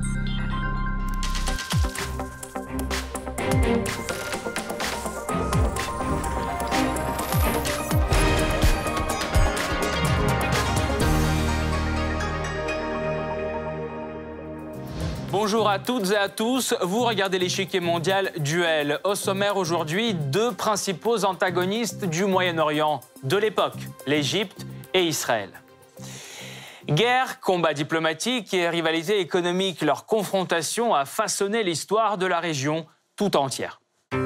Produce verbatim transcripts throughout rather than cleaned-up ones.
Bonjour à toutes et à tous, vous regardez l'échiquier mondial Duel. Au sommaire aujourd'hui, deux principaux antagonistes du Moyen-Orient de l'époque, l'Égypte et Israël. Guerre, combat diplomatique et rivalité économique, leur confrontation a façonné l'histoire de la région tout entière.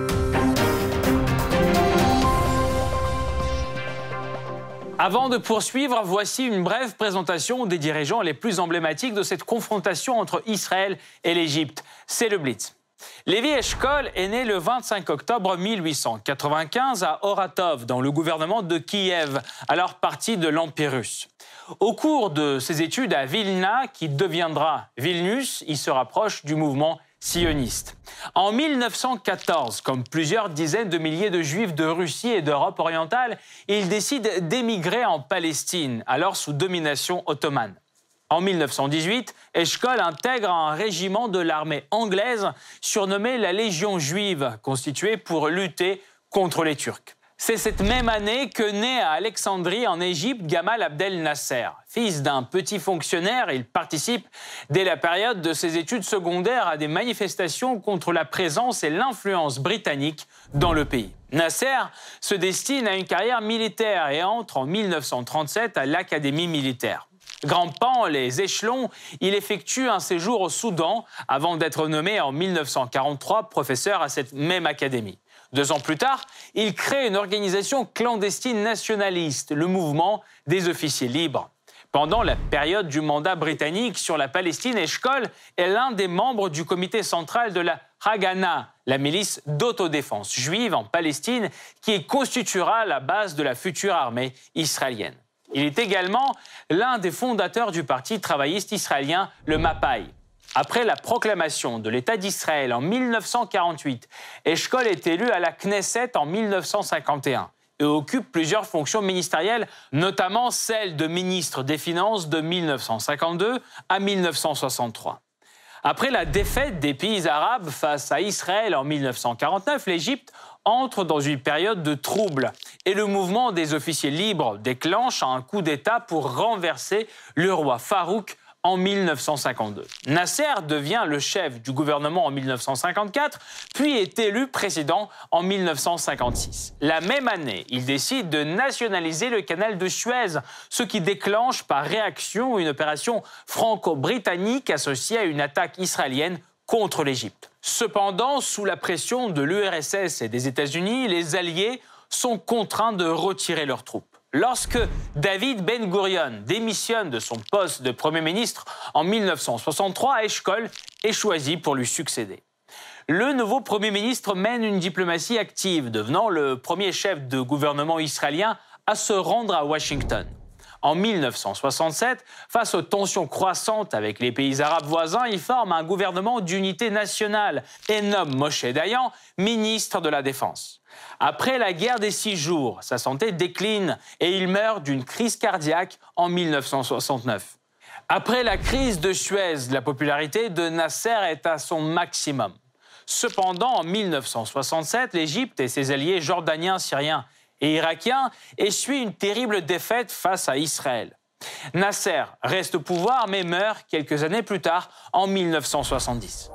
Avant de poursuivre, voici une brève présentation des dirigeants les plus emblématiques de cette confrontation entre Israël et l'Égypte. C'est le Blitz. Lévi Eshkol est né le vingt-cinq octobre mille huit cent quatre-vingt-quinze à Oratov, dans le gouvernement de Kiev, alors partie de l'Empire russe. Au cours de ses études à Vilna, qui deviendra Vilnius, il se rapproche du mouvement sioniste. En mille neuf cent quatorze, comme plusieurs dizaines de milliers de Juifs de Russie et d'Europe orientale, il décide d'émigrer en Palestine, alors sous domination ottomane. En mille neuf cent dix-huit, Eshkol intègre un régiment de l'armée anglaise surnommé la Légion juive, constitué pour lutter contre les Turcs. C'est cette même année que naît à Alexandrie, en Égypte, Gamal Abdel Nasser. Fils d'un petit fonctionnaire, il participe dès la période de ses études secondaires à des manifestations contre la présence et l'influence britannique dans le pays. Nasser se destine à une carrière militaire et entre en mille neuf cent trente-sept à l'Académie militaire. Grimpant les échelons, il effectue un séjour au Soudan avant d'être nommé en mille neuf cent quarante-trois professeur à cette même académie. Deux ans plus tard, il crée une organisation clandestine nationaliste, le mouvement des officiers libres. Pendant la période du mandat britannique sur la Palestine, Eshkol est l'un des membres du comité central de la Haganah, la milice d'autodéfense juive en Palestine, qui constituera la base de la future armée israélienne. Il est également l'un des fondateurs du parti travailliste israélien, le Mapai. Après la proclamation de l'État d'Israël en mille neuf cent quarante-huit, Eshkol est élu à la Knesset en mille neuf cent cinquante et un et occupe plusieurs fonctions ministérielles, notamment celle de ministre des Finances de mille neuf cent cinquante-deux à mille neuf cent soixante-trois. Après la défaite des pays arabes face à Israël en mille neuf cent quarante-neuf, l'Égypte entre dans une période de trouble et le mouvement des officiers libres déclenche un coup d'État pour renverser le roi Farouk en mille neuf cent cinquante-deux. Nasser devient le chef du gouvernement en mille neuf cent cinquante-quatre, puis est élu président en mille neuf cent cinquante-six. La même année, il décide de nationaliser le canal de Suez, ce qui déclenche par réaction une opération franco-britannique associée à une attaque israélienne contre l'Égypte. Cependant, sous la pression de l'U R S S et des États-Unis, les Alliés sont contraints de retirer leurs troupes. Lorsque David Ben Gurion démissionne de son poste de Premier ministre en mille neuf cent soixante-trois, Eshkol est choisi pour lui succéder. Le nouveau Premier ministre mène une diplomatie active, devenant le premier chef de gouvernement israélien à se rendre à Washington. En mille neuf cent soixante-sept, face aux tensions croissantes avec les pays arabes voisins, il forme un gouvernement d'unité nationale et nomme Moshe Dayan ministre de la Défense. Après la guerre des Six Jours, sa santé décline et il meurt d'une crise cardiaque en mille neuf cent soixante-neuf. Après la crise de Suez, la popularité de Nasser est à son maximum. Cependant, en mille neuf cent soixante-sept, l'Égypte et ses alliés jordaniens, syriens et irakiens essuient une terrible défaite face à Israël. Nasser reste au pouvoir mais meurt quelques années plus tard, en mille neuf cent soixante-dix.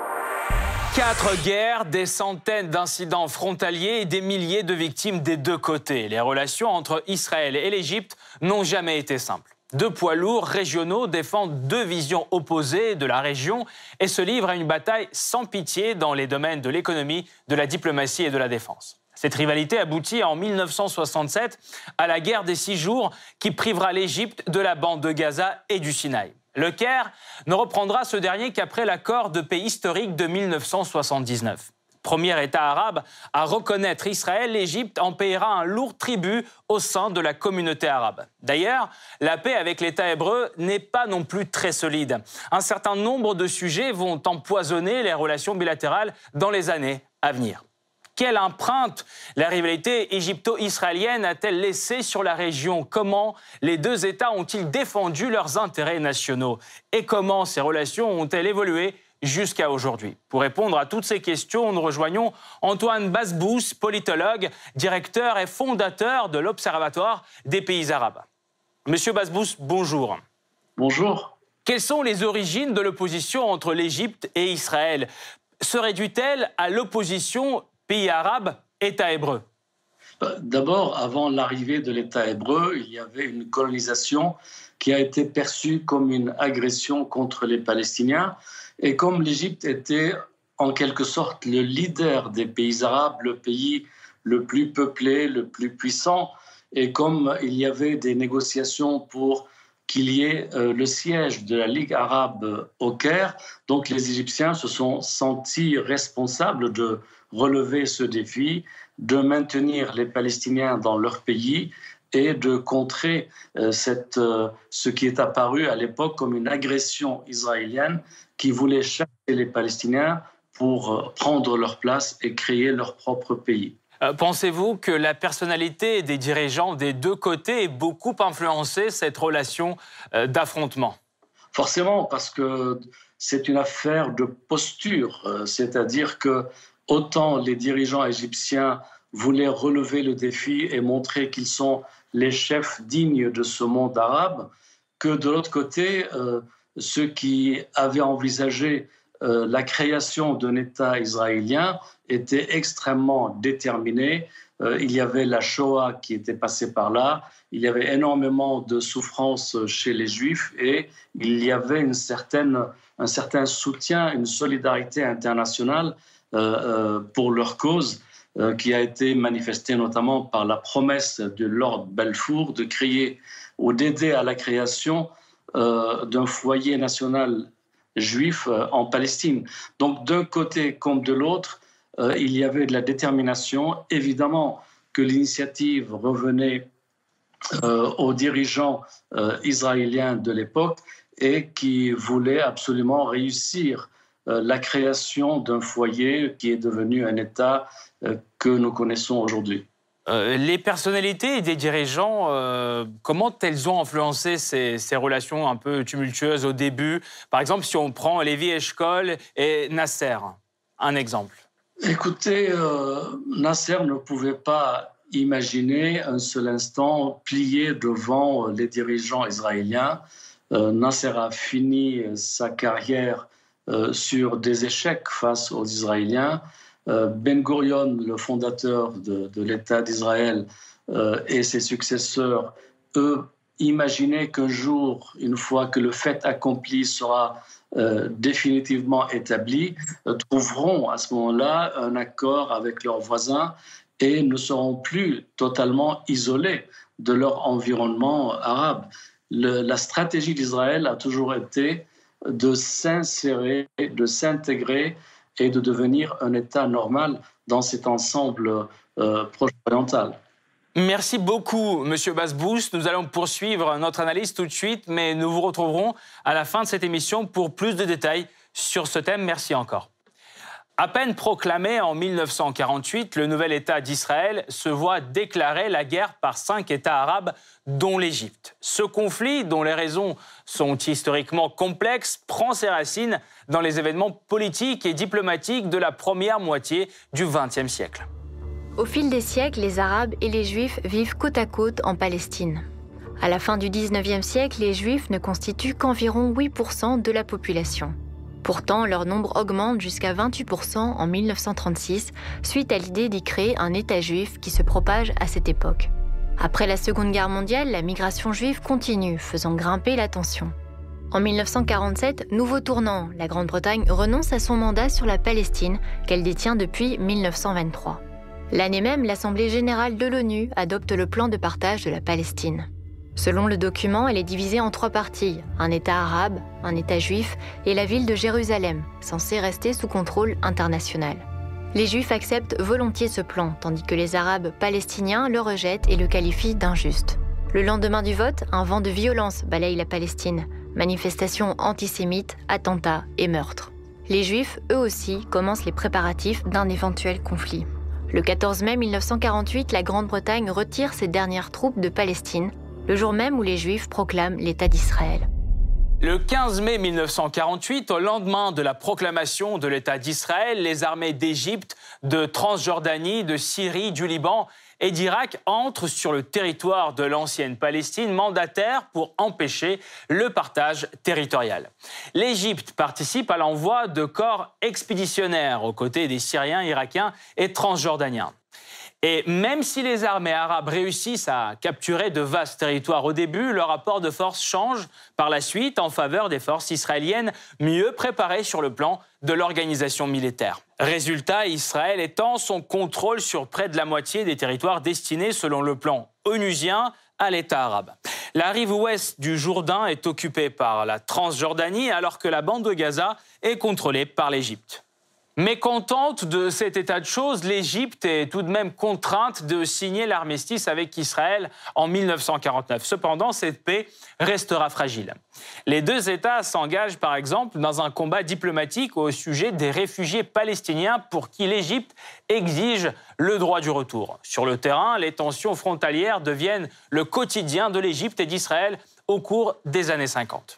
Quatre guerres, des centaines d'incidents frontaliers et des milliers de victimes des deux côtés. Les relations entre Israël et l'Égypte n'ont jamais été simples. Deux poids lourds régionaux défendent deux visions opposées de la région et se livrent à une bataille sans pitié dans les domaines de l'économie, de la diplomatie et de la défense. Cette rivalité aboutit en mille neuf cent soixante-sept à la guerre des Six Jours qui privera l'Égypte de la bande de Gaza et du Sinaï. Le Caire ne reprendra ce dernier qu'après l'accord de paix historique de mille neuf cent soixante-dix-neuf. Premier État arabe à reconnaître Israël, l'Égypte en paiera un lourd tribut au sein de la communauté arabe. D'ailleurs, la paix avec l'État hébreu n'est pas non plus très solide. Un certain nombre de sujets vont empoisonner les relations bilatérales dans les années à venir. Quelle empreinte la rivalité égypto-israélienne a-t-elle laissée sur la région? Comment les deux États ont-ils défendu leurs intérêts nationaux? Et comment ces relations ont-elles évolué jusqu'à aujourd'hui? Pour répondre à toutes ces questions, nous rejoignons Antoine Basbous, politologue, directeur et fondateur de l'Observatoire des pays arabes. Monsieur Basbous, bonjour. Bonjour. Quelles sont les origines de l'opposition entre l'Égypte et Israël? Se réduit-elle à l'opposition pays arabe, État hébreu? D'abord, avant l'arrivée de l'État hébreu, il y avait une colonisation qui a été perçue comme une agression contre les Palestiniens. Et comme l'Égypte était en quelque sorte le leader des pays arabes, le pays le plus peuplé, le plus puissant, et comme il y avait des négociations pour qu'il y ait euh, le siège de la Ligue arabe au Caire, donc les Égyptiens se sont sentis responsables de relever ce défi, de maintenir les Palestiniens dans leur pays et de contrer euh, cette, euh, ce qui est apparu à l'époque comme une agression israélienne qui voulait chasser les Palestiniens pour euh, prendre leur place et créer leur propre pays. Euh, pensez-vous que la personnalité des dirigeants des deux côtés ait beaucoup influencé cette relation euh, d'affrontement? Forcément, parce que c'est une affaire de posture, euh, c'est-à-dire que autant les dirigeants égyptiens voulaient relever le défi et montrer qu'ils sont les chefs dignes de ce monde arabe, que de l'autre côté, euh, ceux qui avaient envisagé euh, la création d'un État israélien étaient extrêmement déterminés. Euh, il y avait la Shoah qui était passée par là, il y avait énormément de souffrances chez les Juifs et il y avait une certaine, un certain soutien, une solidarité internationale euh, euh, pour leur cause, euh, qui a été manifestée notamment par la promesse de Lord Balfour de créer ou d'aider à la création euh, d'un foyer national juif euh, en Palestine. Donc d'un côté comme de l'autre, euh, il y avait de la détermination. Évidemment que l'initiative revenait euh, aux dirigeants euh, israéliens de l'époque et qui voulaient absolument réussir euh, la création d'un foyer qui est devenu un État euh, que nous connaissons aujourd'hui. Euh, les personnalités des dirigeants, euh, comment elles ont influencé ces, ces relations un peu tumultueuses au début? Par exemple, si on prend Lévi Eshkol et Nasser, un exemple. Écoutez, euh, Nasser ne pouvait pas imaginer un seul instant plier devant les dirigeants israéliens. Euh, Nasser a fini sa carrière euh, sur des échecs face aux Israéliens. Euh, Ben Gurion, le fondateur de, de l'État d'Israël, euh, et ses successeurs, eux, imaginaient qu'un jour, une fois que le fait accompli sera euh, définitivement établi, euh, trouveront à ce moment-là un accord avec leurs voisins et ne seront plus totalement isolés de leur environnement arabe. Le, la stratégie d'Israël a toujours été de s'insérer, de s'intégrer et de devenir un État normal dans cet ensemble euh, proche-oriental. Merci beaucoup, Monsieur Basbous. Nous allons poursuivre notre analyse tout de suite, mais nous vous retrouverons à la fin de cette émission pour plus de détails sur ce thème. Merci encore. À peine proclamé en mille neuf cent quarante-huit, le nouvel État d'Israël se voit déclarer la guerre par cinq États arabes, dont l'Égypte. Ce conflit, dont les raisons sont historiquement complexes, prend ses racines dans les événements politiques et diplomatiques de la première moitié du vingtième siècle. Au fil des siècles, les Arabes et les Juifs vivent côte à côte en Palestine. À la fin du dix-neuvième siècle, les Juifs ne constituent qu'environ huit pour cent de la population. Pourtant, leur nombre augmente jusqu'à vingt-huit pour cent en mille neuf cent trente-six, suite à l'idée d'y créer un État juif qui se propage à cette époque. Après la Seconde Guerre mondiale, la migration juive continue, faisant grimper la tension. En mille neuf cent quarante-sept, nouveau tournant, la Grande-Bretagne renonce à son mandat sur la Palestine, qu'elle détient depuis mille neuf cent vingt-trois. L'année même, l'Assemblée générale de l'ONU adopte le plan de partage de la Palestine. Selon le document, elle est divisée en trois parties, un État arabe, un État juif et la ville de Jérusalem, censée rester sous contrôle international. Les Juifs acceptent volontiers ce plan, tandis que les Arabes palestiniens le rejettent et le qualifient d'injuste. Le lendemain du vote, un vent de violence balaye la Palestine, manifestations antisémites, attentats et meurtres. Les Juifs, eux aussi, commencent les préparatifs d'un éventuel conflit. Le quatorze mai mille neuf cent quarante-huit, la Grande-Bretagne retire ses dernières troupes de Palestine, le jour même où les Juifs proclament l'État d'Israël. Le quinze mai mille neuf cent quarante-huit, au lendemain de la proclamation de l'État d'Israël, les armées d'Égypte, de Transjordanie, de Syrie, du Liban et d'Irak entrent sur le territoire de l'ancienne Palestine mandataire pour empêcher le partage territorial. L'Égypte participe à l'envoi de corps expéditionnaires aux côtés des Syriens, Irakiens et Transjordaniens. Et même si les armées arabes réussissent à capturer de vastes territoires au début, le rapport de force change par la suite en faveur des forces israéliennes mieux préparées sur le plan de l'organisation militaire. Résultat, Israël étend son contrôle sur près de la moitié des territoires destinés, selon le plan onusien, à l'État arabe. La rive ouest du Jourdain est occupée par la Transjordanie, alors que la bande de Gaza est contrôlée par l'Égypte. Mécontente de cet état de choses, l'Égypte est tout de même contrainte de signer l'armistice avec Israël en mille neuf cent quarante-neuf. Cependant, cette paix restera fragile. Les deux États s'engagent par exemple dans un combat diplomatique au sujet des réfugiés palestiniens pour qui l'Égypte exige le droit du retour. Sur le terrain, les tensions frontalières deviennent le quotidien de l'Égypte et d'Israël au cours des années cinquante.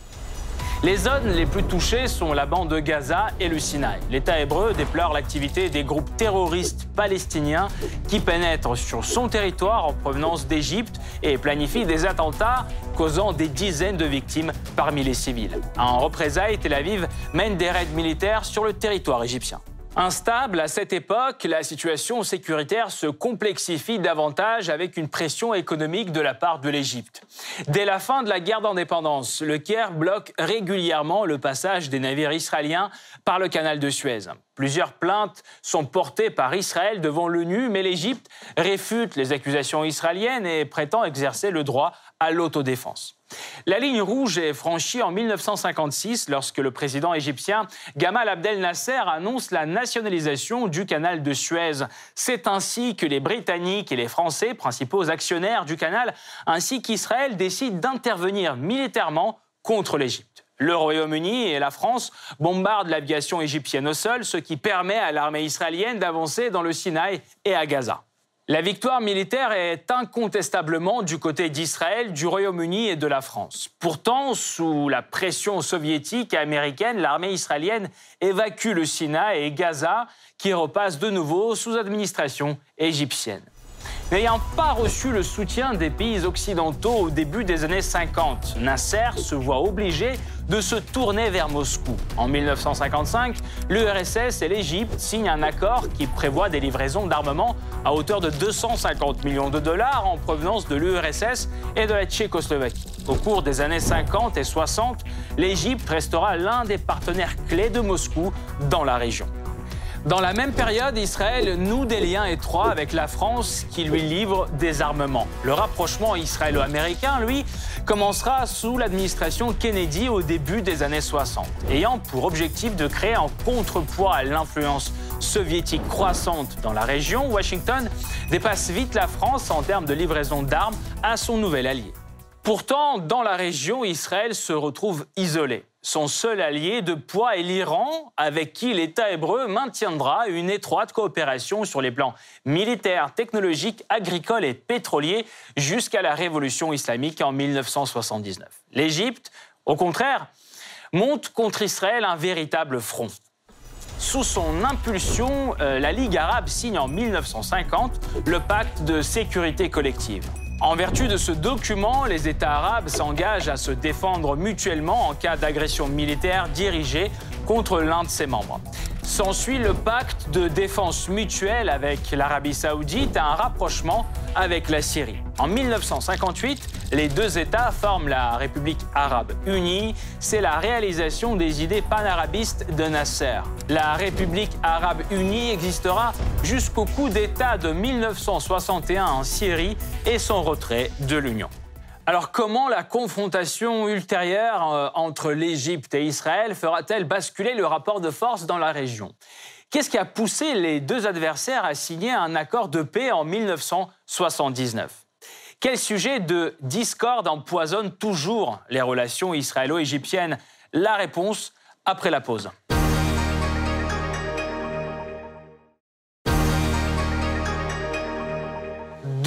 Les zones les plus touchées sont la bande de Gaza et le Sinaï. L'État hébreu déplore l'activité des groupes terroristes palestiniens qui pénètrent sur son territoire en provenance d'Égypte et planifient des attentats causant des dizaines de victimes parmi les civils. En représailles, Tel Aviv mène des raids militaires sur le territoire égyptien. Instable, à cette époque, la situation sécuritaire se complexifie davantage avec une pression économique de la part de l'Égypte. Dès la fin de la guerre d'indépendance, le Caire bloque régulièrement le passage des navires israéliens par le canal de Suez. Plusieurs plaintes sont portées par Israël devant l'ONU, mais l'Égypte réfute les accusations israéliennes et prétend exercer le droit à l'autodéfense. La ligne rouge est franchie en mille neuf cent cinquante-six lorsque le président égyptien Gamal Abdel Nasser annonce la nationalisation du canal de Suez. C'est ainsi que les Britanniques et les Français, principaux actionnaires du canal, ainsi qu'Israël, décident d'intervenir militairement contre l'Égypte. Le Royaume-Uni et la France bombardent l'aviation égyptienne au sol, ce qui permet à l'armée israélienne d'avancer dans le Sinaï et à Gaza. La victoire militaire est incontestablement du côté d'Israël, du Royaume-Uni et de la France. Pourtant, sous la pression soviétique et américaine, l'armée israélienne évacue le Sinaï et Gaza, qui repasse de nouveau sous administration égyptienne. N'ayant pas reçu le soutien des pays occidentaux au début des années cinquante, Nasser se voit obligé de se tourner vers Moscou. En mille neuf cent cinquante-cinq, l'U R S S et l'Égypte signent un accord qui prévoit des livraisons d'armement à hauteur de deux cent cinquante millions de dollars en provenance de l'U R S S et de la Tchécoslovaquie. Au cours des années cinquante et soixante, l'Égypte restera l'un des partenaires clés de Moscou dans la région. Dans la même période, Israël noue des liens étroits avec la France qui lui livre des armements. Le rapprochement israélo-américain, lui, commencera sous l'administration Kennedy au début des années soixante, ayant pour objectif de créer un contrepoids à l'influence soviétique croissante dans la région. Washington dépasse vite la France en termes de livraison d'armes à son nouvel allié. Pourtant, dans la région, Israël se retrouve isolé. Son seul allié de poids est l'Iran, avec qui l'État hébreu maintiendra une étroite coopération sur les plans militaires, technologiques, agricoles et pétroliers jusqu'à la révolution islamique en mille neuf cent soixante-dix-neuf. L'Égypte, au contraire, monte contre Israël un véritable front. Sous son impulsion, euh, la Ligue arabe signe en mille neuf cent cinquante le pacte de sécurité collective. En vertu de ce document, les États arabes s'engagent à se défendre mutuellement en cas d'agression militaire dirigée contre l'un de ses membres. S'ensuit le pacte de défense mutuelle avec l'Arabie saoudite et un rapprochement avec la Syrie. En mille neuf cent cinquante-huit, les deux États forment la République arabe unie. C'est la réalisation des idées panarabistes de Nasser. La République arabe unie existera jusqu'au coup d'État de mille neuf cent soixante et un en Syrie et son retrait de l'Union. Alors comment la confrontation ultérieure euh, entre l'Égypte et Israël fera-t-elle basculer le rapport de force dans la région? Qu'est-ce qui a poussé les deux adversaires à signer un accord de paix en mille neuf cent soixante-dix-neuf? Quel sujet de discorde empoisonne toujours les relations israélo-égyptiennes? La réponse après la pause.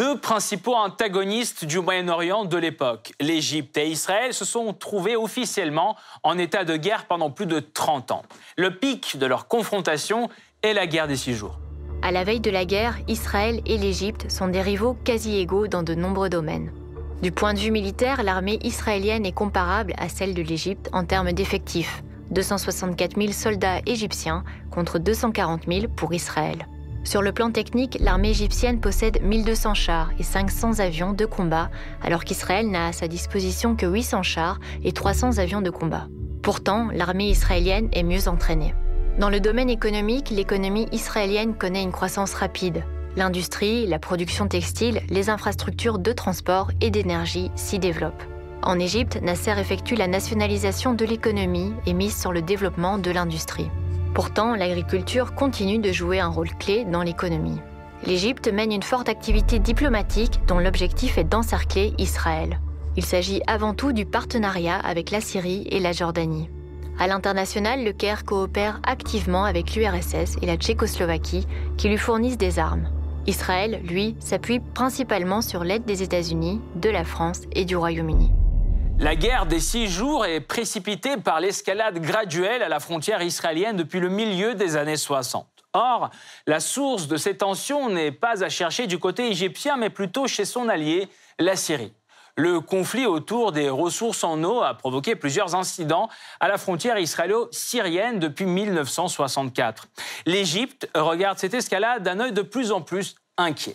deux principaux antagonistes du Moyen-Orient de l'époque, l'Égypte et Israël, se sont trouvés officiellement en état de guerre pendant plus de trente ans. Le pic de leur confrontation est la guerre des six jours. À la veille de la guerre, Israël et l'Égypte sont des rivaux quasi égaux dans de nombreux domaines. Du point de vue militaire, l'armée israélienne est comparable à celle de l'Égypte en termes d'effectifs, deux cent soixante-quatre mille soldats égyptiens contre deux cent quarante mille pour Israël. Sur le plan technique, l'armée égyptienne possède mille deux cents chars et cinq cents avions de combat, alors qu'Israël n'a à sa disposition que huit cents chars et trois cents avions de combat. Pourtant, l'armée israélienne est mieux entraînée. Dans le domaine économique, l'économie israélienne connaît une croissance rapide. L'industrie, la production textile, les infrastructures de transport et d'énergie s'y développent. En Égypte, Nasser effectue la nationalisation de l'économie et mise sur le développement de l'industrie. Pourtant, l'agriculture continue de jouer un rôle clé dans l'économie. L'Égypte mène une forte activité diplomatique dont l'objectif est d'encercler Israël. Il s'agit avant tout du partenariat avec la Syrie et la Jordanie. À l'international, le Caire coopère activement avec l'U R S S et la Tchécoslovaquie qui lui fournissent des armes. Israël, lui, s'appuie principalement sur l'aide des États-Unis, de la France et du Royaume-Uni. La guerre des six jours est précipitée par l'escalade graduelle à la frontière israélienne depuis le milieu des années soixante. Or, la source de ces tensions n'est pas à chercher du côté égyptien, mais plutôt chez son allié, la Syrie. Le conflit autour des ressources en eau a provoqué plusieurs incidents à la frontière israélo-syrienne depuis mille neuf cent soixante-quatre. L'Égypte regarde cette escalade d'un œil de plus en plus inquiet.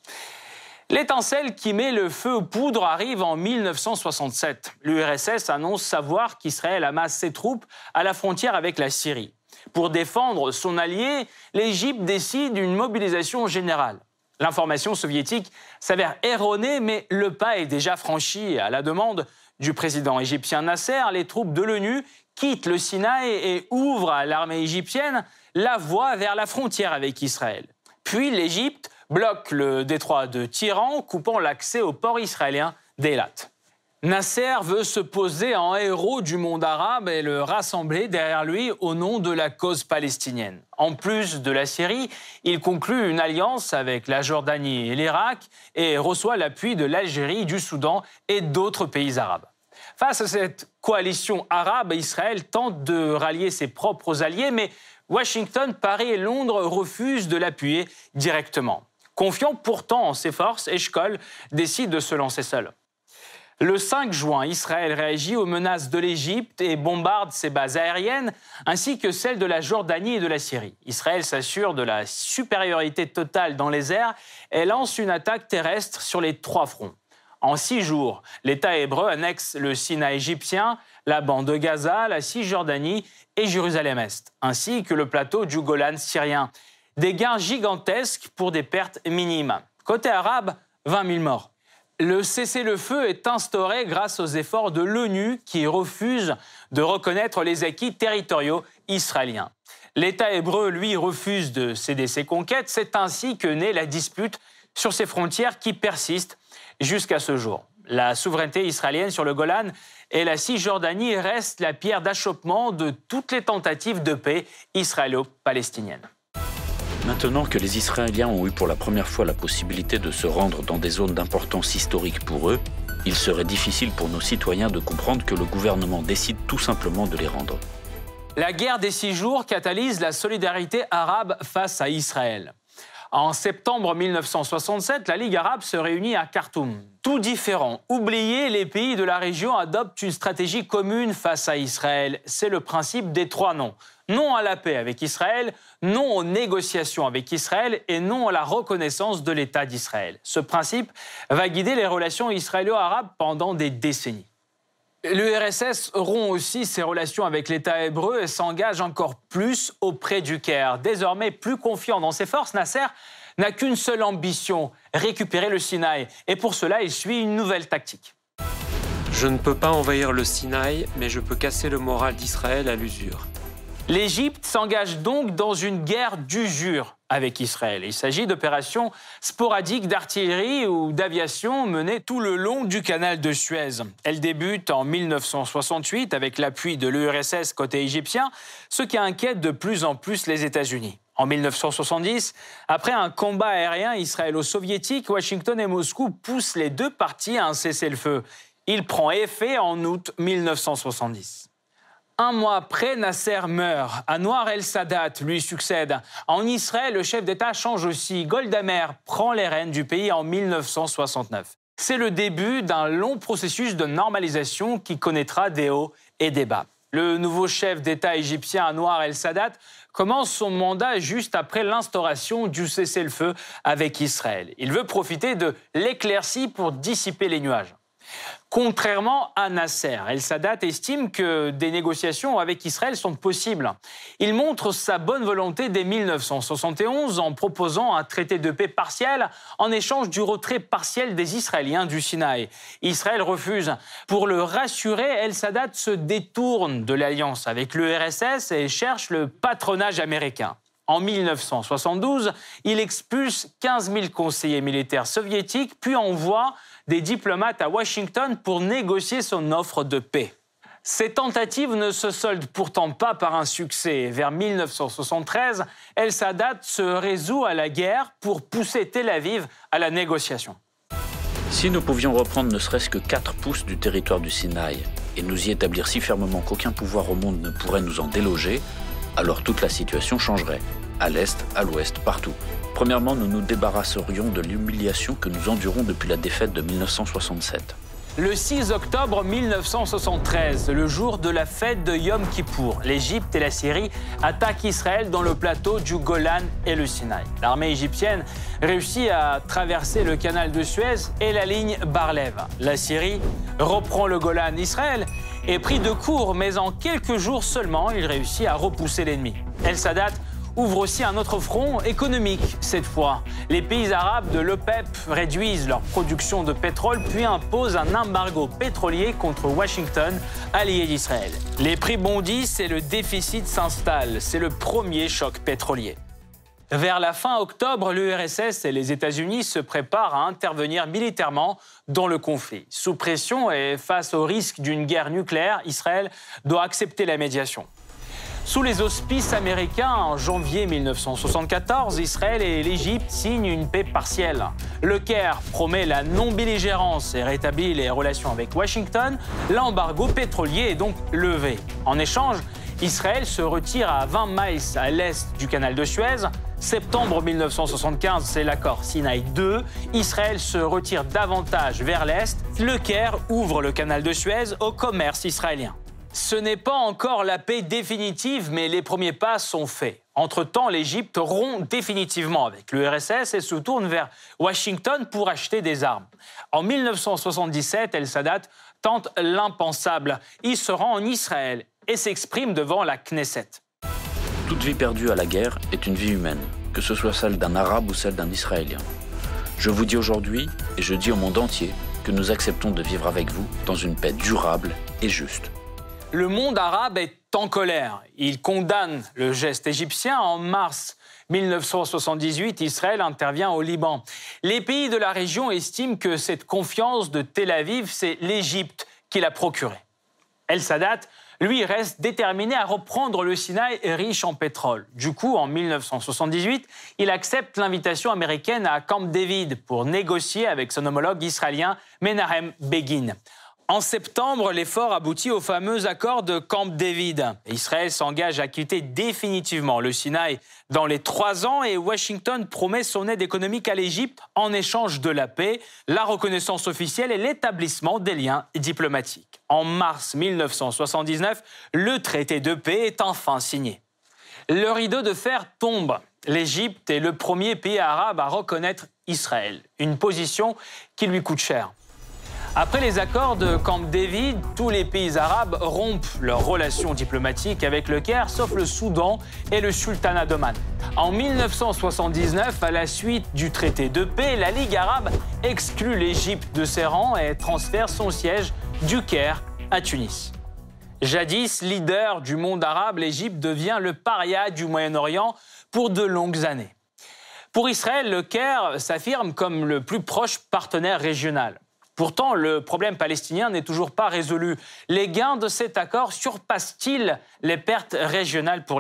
L'étincelle qui met le feu aux poudres arrive en mille neuf cent soixante-sept. L'U R S S annonce savoir qu'Israël amasse ses troupes à la frontière avec la Syrie. Pour défendre son allié, l'Égypte décide d'une mobilisation générale. L'information soviétique s'avère erronée, mais le pas est déjà franchi. À la demande du président égyptien Nasser, les troupes de l'ONU quittent le Sinaï et ouvrent à l'armée égyptienne la voie vers la frontière avec Israël. Puis l'Égypte bloque le détroit de Tiran, coupant l'accès au port israélien d'Eilat. Nasser veut se poser en héros du monde arabe et le rassembler derrière lui au nom de la cause palestinienne. En plus de la Syrie, il conclut une alliance avec la Jordanie et l'Irak et reçoit l'appui de l'Algérie, du Soudan et d'autres pays arabes. Face à cette coalition arabe, Israël tente de rallier ses propres alliés, mais Washington, Paris et Londres refusent de l'appuyer directement. Confiant pourtant en ses forces, Eshkol décide de se lancer seul. Le cinq juin, Israël réagit aux menaces de l'Égypte et bombarde ses bases aériennes, ainsi que celles de la Jordanie et de la Syrie. Israël s'assure de la supériorité totale dans les airs et lance une attaque terrestre sur les trois fronts. En six jours, l'État hébreu annexe le Sinaï égyptien, la bande de Gaza, la Cisjordanie et Jérusalem-Est, ainsi que le plateau du Golan syrien. Des gains gigantesques pour des pertes minimes. Côté arabe, vingt mille morts. Le cessez-le-feu est instauré grâce aux efforts de l'ONU qui refuse de reconnaître les acquis territoriaux israéliens. L'État hébreu, lui, refuse de céder ses conquêtes. C'est ainsi que naît la dispute sur ces frontières qui persiste jusqu'à ce jour. La souveraineté israélienne sur le Golan et la Cisjordanie restent la pierre d'achoppement de toutes les tentatives de paix israélo-palestiniennes. Maintenant que les Israéliens ont eu pour la première fois la possibilité de se rendre dans des zones d'importance historique pour eux, il serait difficile pour nos citoyens de comprendre que le gouvernement décide tout simplement de les rendre. La guerre des six jours catalyse la solidarité arabe face à Israël. En septembre mille neuf cent soixante-sept, la Ligue arabe se réunit à Khartoum. Tout différent, oubliés, les pays de la région adoptent une stratégie commune face à Israël. C'est le principe des trois non. Non à la paix avec Israël, non aux négociations avec Israël et non à la reconnaissance de l'État d'Israël. Ce principe va guider les relations israélo-arabes pendant des décennies. L'U R S S rompt aussi ses relations avec l'État hébreu et s'engage encore plus auprès du Caire. Désormais plus confiant dans ses forces, Nasser n'a qu'une seule ambition, récupérer le Sinaï. Et pour cela, il suit une nouvelle tactique. Je ne peux pas envahir le Sinaï, mais je peux casser le moral d'Israël à l'usure. L'Égypte s'engage donc dans une guerre d'usure avec Israël. Il s'agit d'opérations sporadiques d'artillerie ou d'aviation menées tout le long du canal de Suez. Elle débute en mille neuf cent soixante-huit avec l'appui de l'U R S S côté égyptien, ce qui inquiète de plus en plus les États-Unis. En mille neuf cent soixante-dix, après un combat aérien israélo-soviétique, Washington et Moscou poussent les deux parties à un cessez-le-feu. Il prend effet en août mille neuf cent soixante-dix. Un mois après, Nasser meurt. Anwar el-Sadat lui succède. En Israël, le chef d'État change aussi. Golda Meir prend les rênes du pays en mille neuf cent soixante-neuf. C'est le début d'un long processus de normalisation qui connaîtra des hauts et des bas. Le nouveau chef d'État égyptien Anwar el-Sadat commence son mandat juste après l'instauration du cessez-le-feu avec Israël. Il veut profiter de l'éclaircie pour dissiper les nuages. Contrairement à Nasser, el-Sadat estime que des négociations avec Israël sont possibles. Il montre sa bonne volonté dès mille neuf cent soixante et onze en proposant un traité de paix partiel en échange du retrait partiel des Israéliens du Sinaï. Israël refuse. Pour le rassurer, el-Sadat se détourne de l'alliance avec l'U R S S et cherche le patronage américain. En mille neuf cent soixante-douze, il expulse quinze mille conseillers militaires soviétiques puis envoie des diplomates à Washington pour négocier son offre de paix. Ces tentatives ne se soldent pourtant pas par un succès. Vers mille neuf cent soixante-treize, el-Sadat se résout à la guerre pour pousser Tel Aviv à la négociation. Si nous pouvions reprendre ne serait-ce que quatre pouces du territoire du Sinaï et nous y établir si fermement qu'aucun pouvoir au monde ne pourrait nous en déloger, alors toute la situation changerait. À l'est, à l'ouest, partout. Premièrement, nous nous débarrasserions de l'humiliation que nous endurons depuis la défaite de mille neuf cent soixante-sept. Le six octobre mille neuf cent soixante-treize, le jour de la fête de Yom Kippour, l'Égypte et la Syrie attaquent Israël dans le plateau du Golan et le Sinaï. L'armée égyptienne réussit à traverser le canal de Suez et la ligne Bar-Lev. La Syrie reprend le Golan. Israël est pris de court, mais en quelques jours seulement, il réussit à repousser l'ennemi. El-Sadat ouvre aussi un autre front économique cette fois. Les pays arabes de l'OPEP réduisent leur production de pétrole puis imposent un embargo pétrolier contre Washington, allié d'Israël. Les prix bondissent et le déficit s'installe. C'est le premier choc pétrolier. Vers la fin octobre, l'U R S S et les États-Unis se préparent à intervenir militairement dans le conflit. Sous pression et face au risque d'une guerre nucléaire, Israël doit accepter la médiation. Sous les auspices américains, en janvier mille neuf cent soixante-quatorze, Israël et l'Égypte signent une paix partielle. Le Caire promet la non-belligérance et rétablit les relations avec Washington. L'embargo pétrolier est donc levé. En échange, Israël se retire à vingt miles à l'est du canal de Suez. Septembre mille neuf cent soixante-quinze, c'est l'accord Sinaï deux. Israël se retire davantage vers l'est. Le Caire ouvre le canal de Suez au commerce israélien. Ce n'est pas encore la paix définitive, mais les premiers pas sont faits. Entre-temps, l'Égypte rompt définitivement avec l'U R S S et se tourne vers Washington pour acheter des armes. En mille neuf cent soixante-dix-sept, el-Sadat tente l'impensable. Il se rend en Israël et s'exprime devant la Knesset. Toute vie perdue à la guerre est une vie humaine, que ce soit celle d'un Arabe ou celle d'un Israélien. Je vous dis aujourd'hui, et je dis au monde entier, que nous acceptons de vivre avec vous dans une paix durable et juste. Le monde arabe est en colère. Il condamne le geste égyptien. En mars mille neuf cent soixante-dix-huit, Israël intervient au Liban. Les pays de la région estiment que cette confiance de Tel Aviv, c'est l'Égypte qui l'a procurée. El-Sadat, lui, reste déterminé à reprendre le Sinaï riche en pétrole. Du coup, en mille neuf cent soixante-dix-huit, il accepte l'invitation américaine à Camp David pour négocier avec son homologue israélien Menahem Begin. En septembre, l'effort aboutit au fameux accord de Camp David. Israël s'engage à quitter définitivement le Sinaï dans les trois ans et Washington promet son aide économique à l'Égypte en échange de la paix, la reconnaissance officielle et l'établissement des liens diplomatiques. En mars mille neuf cent soixante-dix-neuf, le traité de paix est enfin signé. Le rideau de fer tombe. L'Égypte est le premier pays arabe à reconnaître Israël, une position qui lui coûte cher. Après les accords de Camp David, tous les pays arabes rompent leurs relations diplomatiques avec le Caire, sauf le Soudan et le sultanat d'Oman. En mille neuf cent soixante-dix-neuf, à la suite du traité de paix, la Ligue arabe exclut l'Égypte de ses rangs et transfère son siège du Caire à Tunis. Jadis leader du monde arabe, l'Égypte devient le paria du Moyen-Orient pour de longues années. Pour Israël, le Caire s'affirme comme le plus proche partenaire régional. Pourtant, le problème palestinien n'est toujours pas résolu. Les gains de cet accord surpassent-ils les pertes régionales pour l'Égypte ?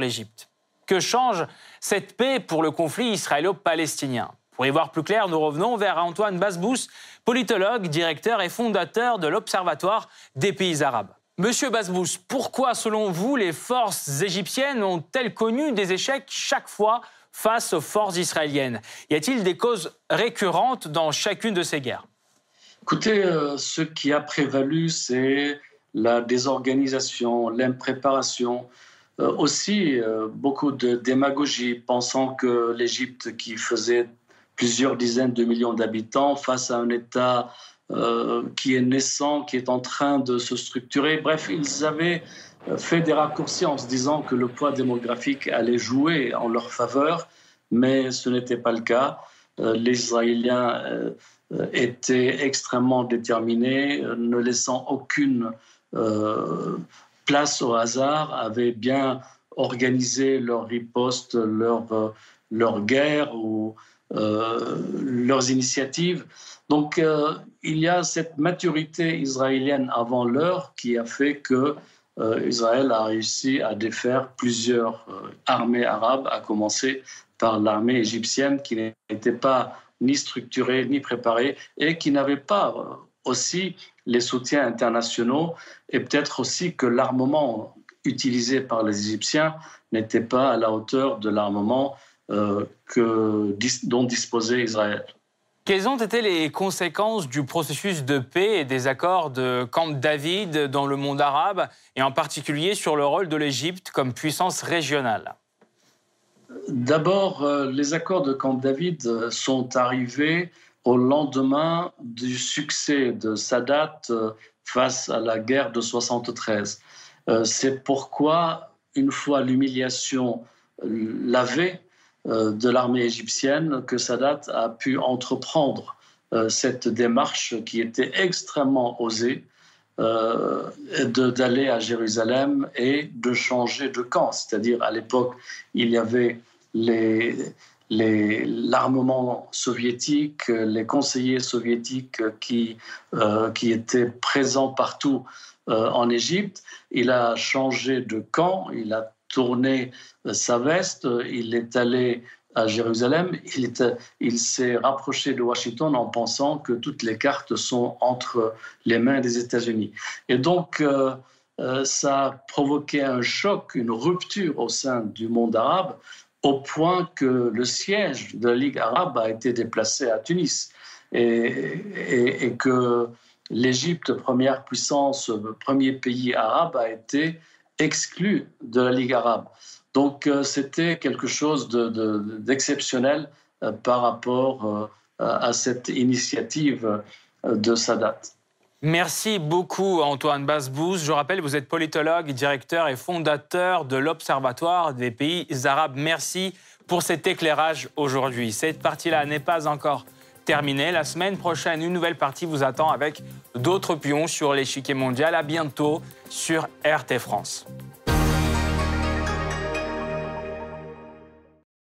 Que change cette paix pour le conflit israélo-palestinien? Pour y voir plus clair, nous revenons vers Antoine Basbous, politologue, directeur et fondateur de l'Observatoire des pays arabes. Monsieur Basbous, pourquoi, selon vous, les forces égyptiennes ont-elles connu des échecs chaque fois face aux forces israéliennes? Y a-t-il des causes récurrentes dans chacune de ces guerres? Écoutez, euh, ce qui a prévalu, c'est la désorganisation, l'impréparation, euh, aussi euh, beaucoup de démagogie, pensant que l'Égypte, qui faisait plusieurs dizaines de millions d'habitants, face à un État euh, qui est naissant, qui est en train de se structurer. Bref, ils avaient fait des raccourcis en se disant que le poids démographique allait jouer en leur faveur, mais ce n'était pas le cas. Euh, les Israéliens euh, étaient extrêmement déterminés, ne laissant aucune euh, place au hasard, avaient bien organisé leur riposte, leur, euh, leur guerre ou euh, leurs initiatives. Donc, euh, il y a cette maturité israélienne avant l'heure qui a fait que euh, Israël a réussi à défaire plusieurs euh, armées arabes, à commencer par l'armée égyptienne qui n'était pas ni structurée, ni préparée, et qui n'avait pas euh, aussi les soutiens internationaux, et peut-être aussi que l'armement utilisé par les Égyptiens n'était pas à la hauteur de l'armement euh, que, dont disposait Israël. Quelles ont été les conséquences du processus de paix et des accords de Camp David dans le monde arabe, et en particulier sur le rôle de l'Égypte comme puissance régionale? D'abord, euh, les accords de Camp David sont arrivés au lendemain du succès de Sadat euh, face à la guerre de soixante-treize. Euh, c'est pourquoi, une fois l'humiliation lavée euh, de l'armée égyptienne, que Sadat a pu entreprendre euh, cette démarche qui était extrêmement osée, euh, de, d'aller à Jérusalem et de changer de camp. C'est-à-dire, à l'époque, il y avait les, les, l'armement soviétique, les conseillers soviétiques qui, euh, qui étaient présents partout euh, en Égypte. Il a changé de camp, il a tourné sa veste, il est allé à Jérusalem, il, est, il s'est rapproché de Washington en pensant que toutes les cartes sont entre les mains des États-Unis. Et donc, euh, euh, ça a provoqué un choc, une rupture au sein du monde arabe, au point que le siège de la Ligue arabe a été déplacé à Tunis et, et, et que l'Égypte, première puissance, premier pays arabe, a été exclu de la Ligue arabe. Donc euh, c'était quelque chose de, de, d'exceptionnel euh, par rapport euh, à cette initiative euh, de Sadat. Merci beaucoup Antoine Basbous. Je rappelle, vous êtes politologue, directeur et fondateur de l'Observatoire des pays arabes. Merci pour cet éclairage aujourd'hui. Cette partie-là n'est pas encore terminée. La semaine prochaine, une nouvelle partie vous attend avec d'autres pions sur l'échiquier mondial. À bientôt sur R T France.